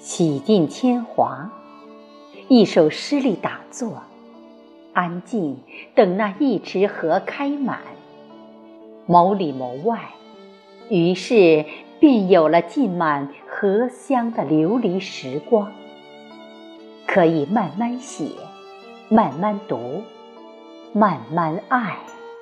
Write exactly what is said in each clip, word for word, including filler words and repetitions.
洗尽铅华，一首诗里打坐，安静等那一池荷开满。眸里眸外，于是便有了浸满荷香的琉璃时光，可以慢慢写，慢慢读，慢慢爱。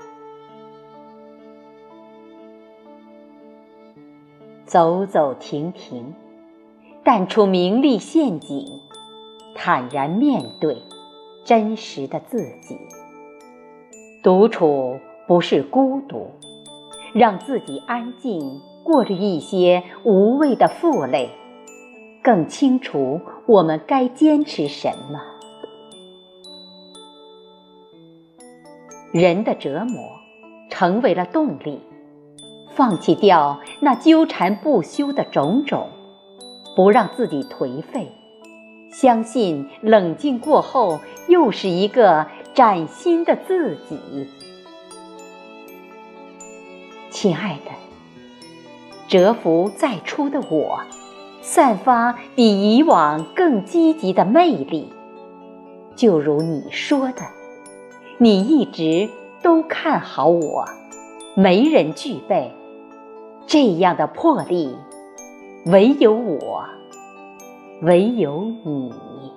走走停停，淡出名利陷阱，坦然面对真实的自己。独处不是孤独，让自己安静，过滤一些无谓的负累，更清楚我们该坚持什么。人的折磨成为了动力，放弃掉那纠缠不休的种种，不让自己颓废，相信冷静过后又是一个崭新的自己。亲爱的，蛰伏再出的我，散发比以往更积极的魅力。就如你说的，你一直都看好我，没人具备这样的魄力，唯有我，唯有你。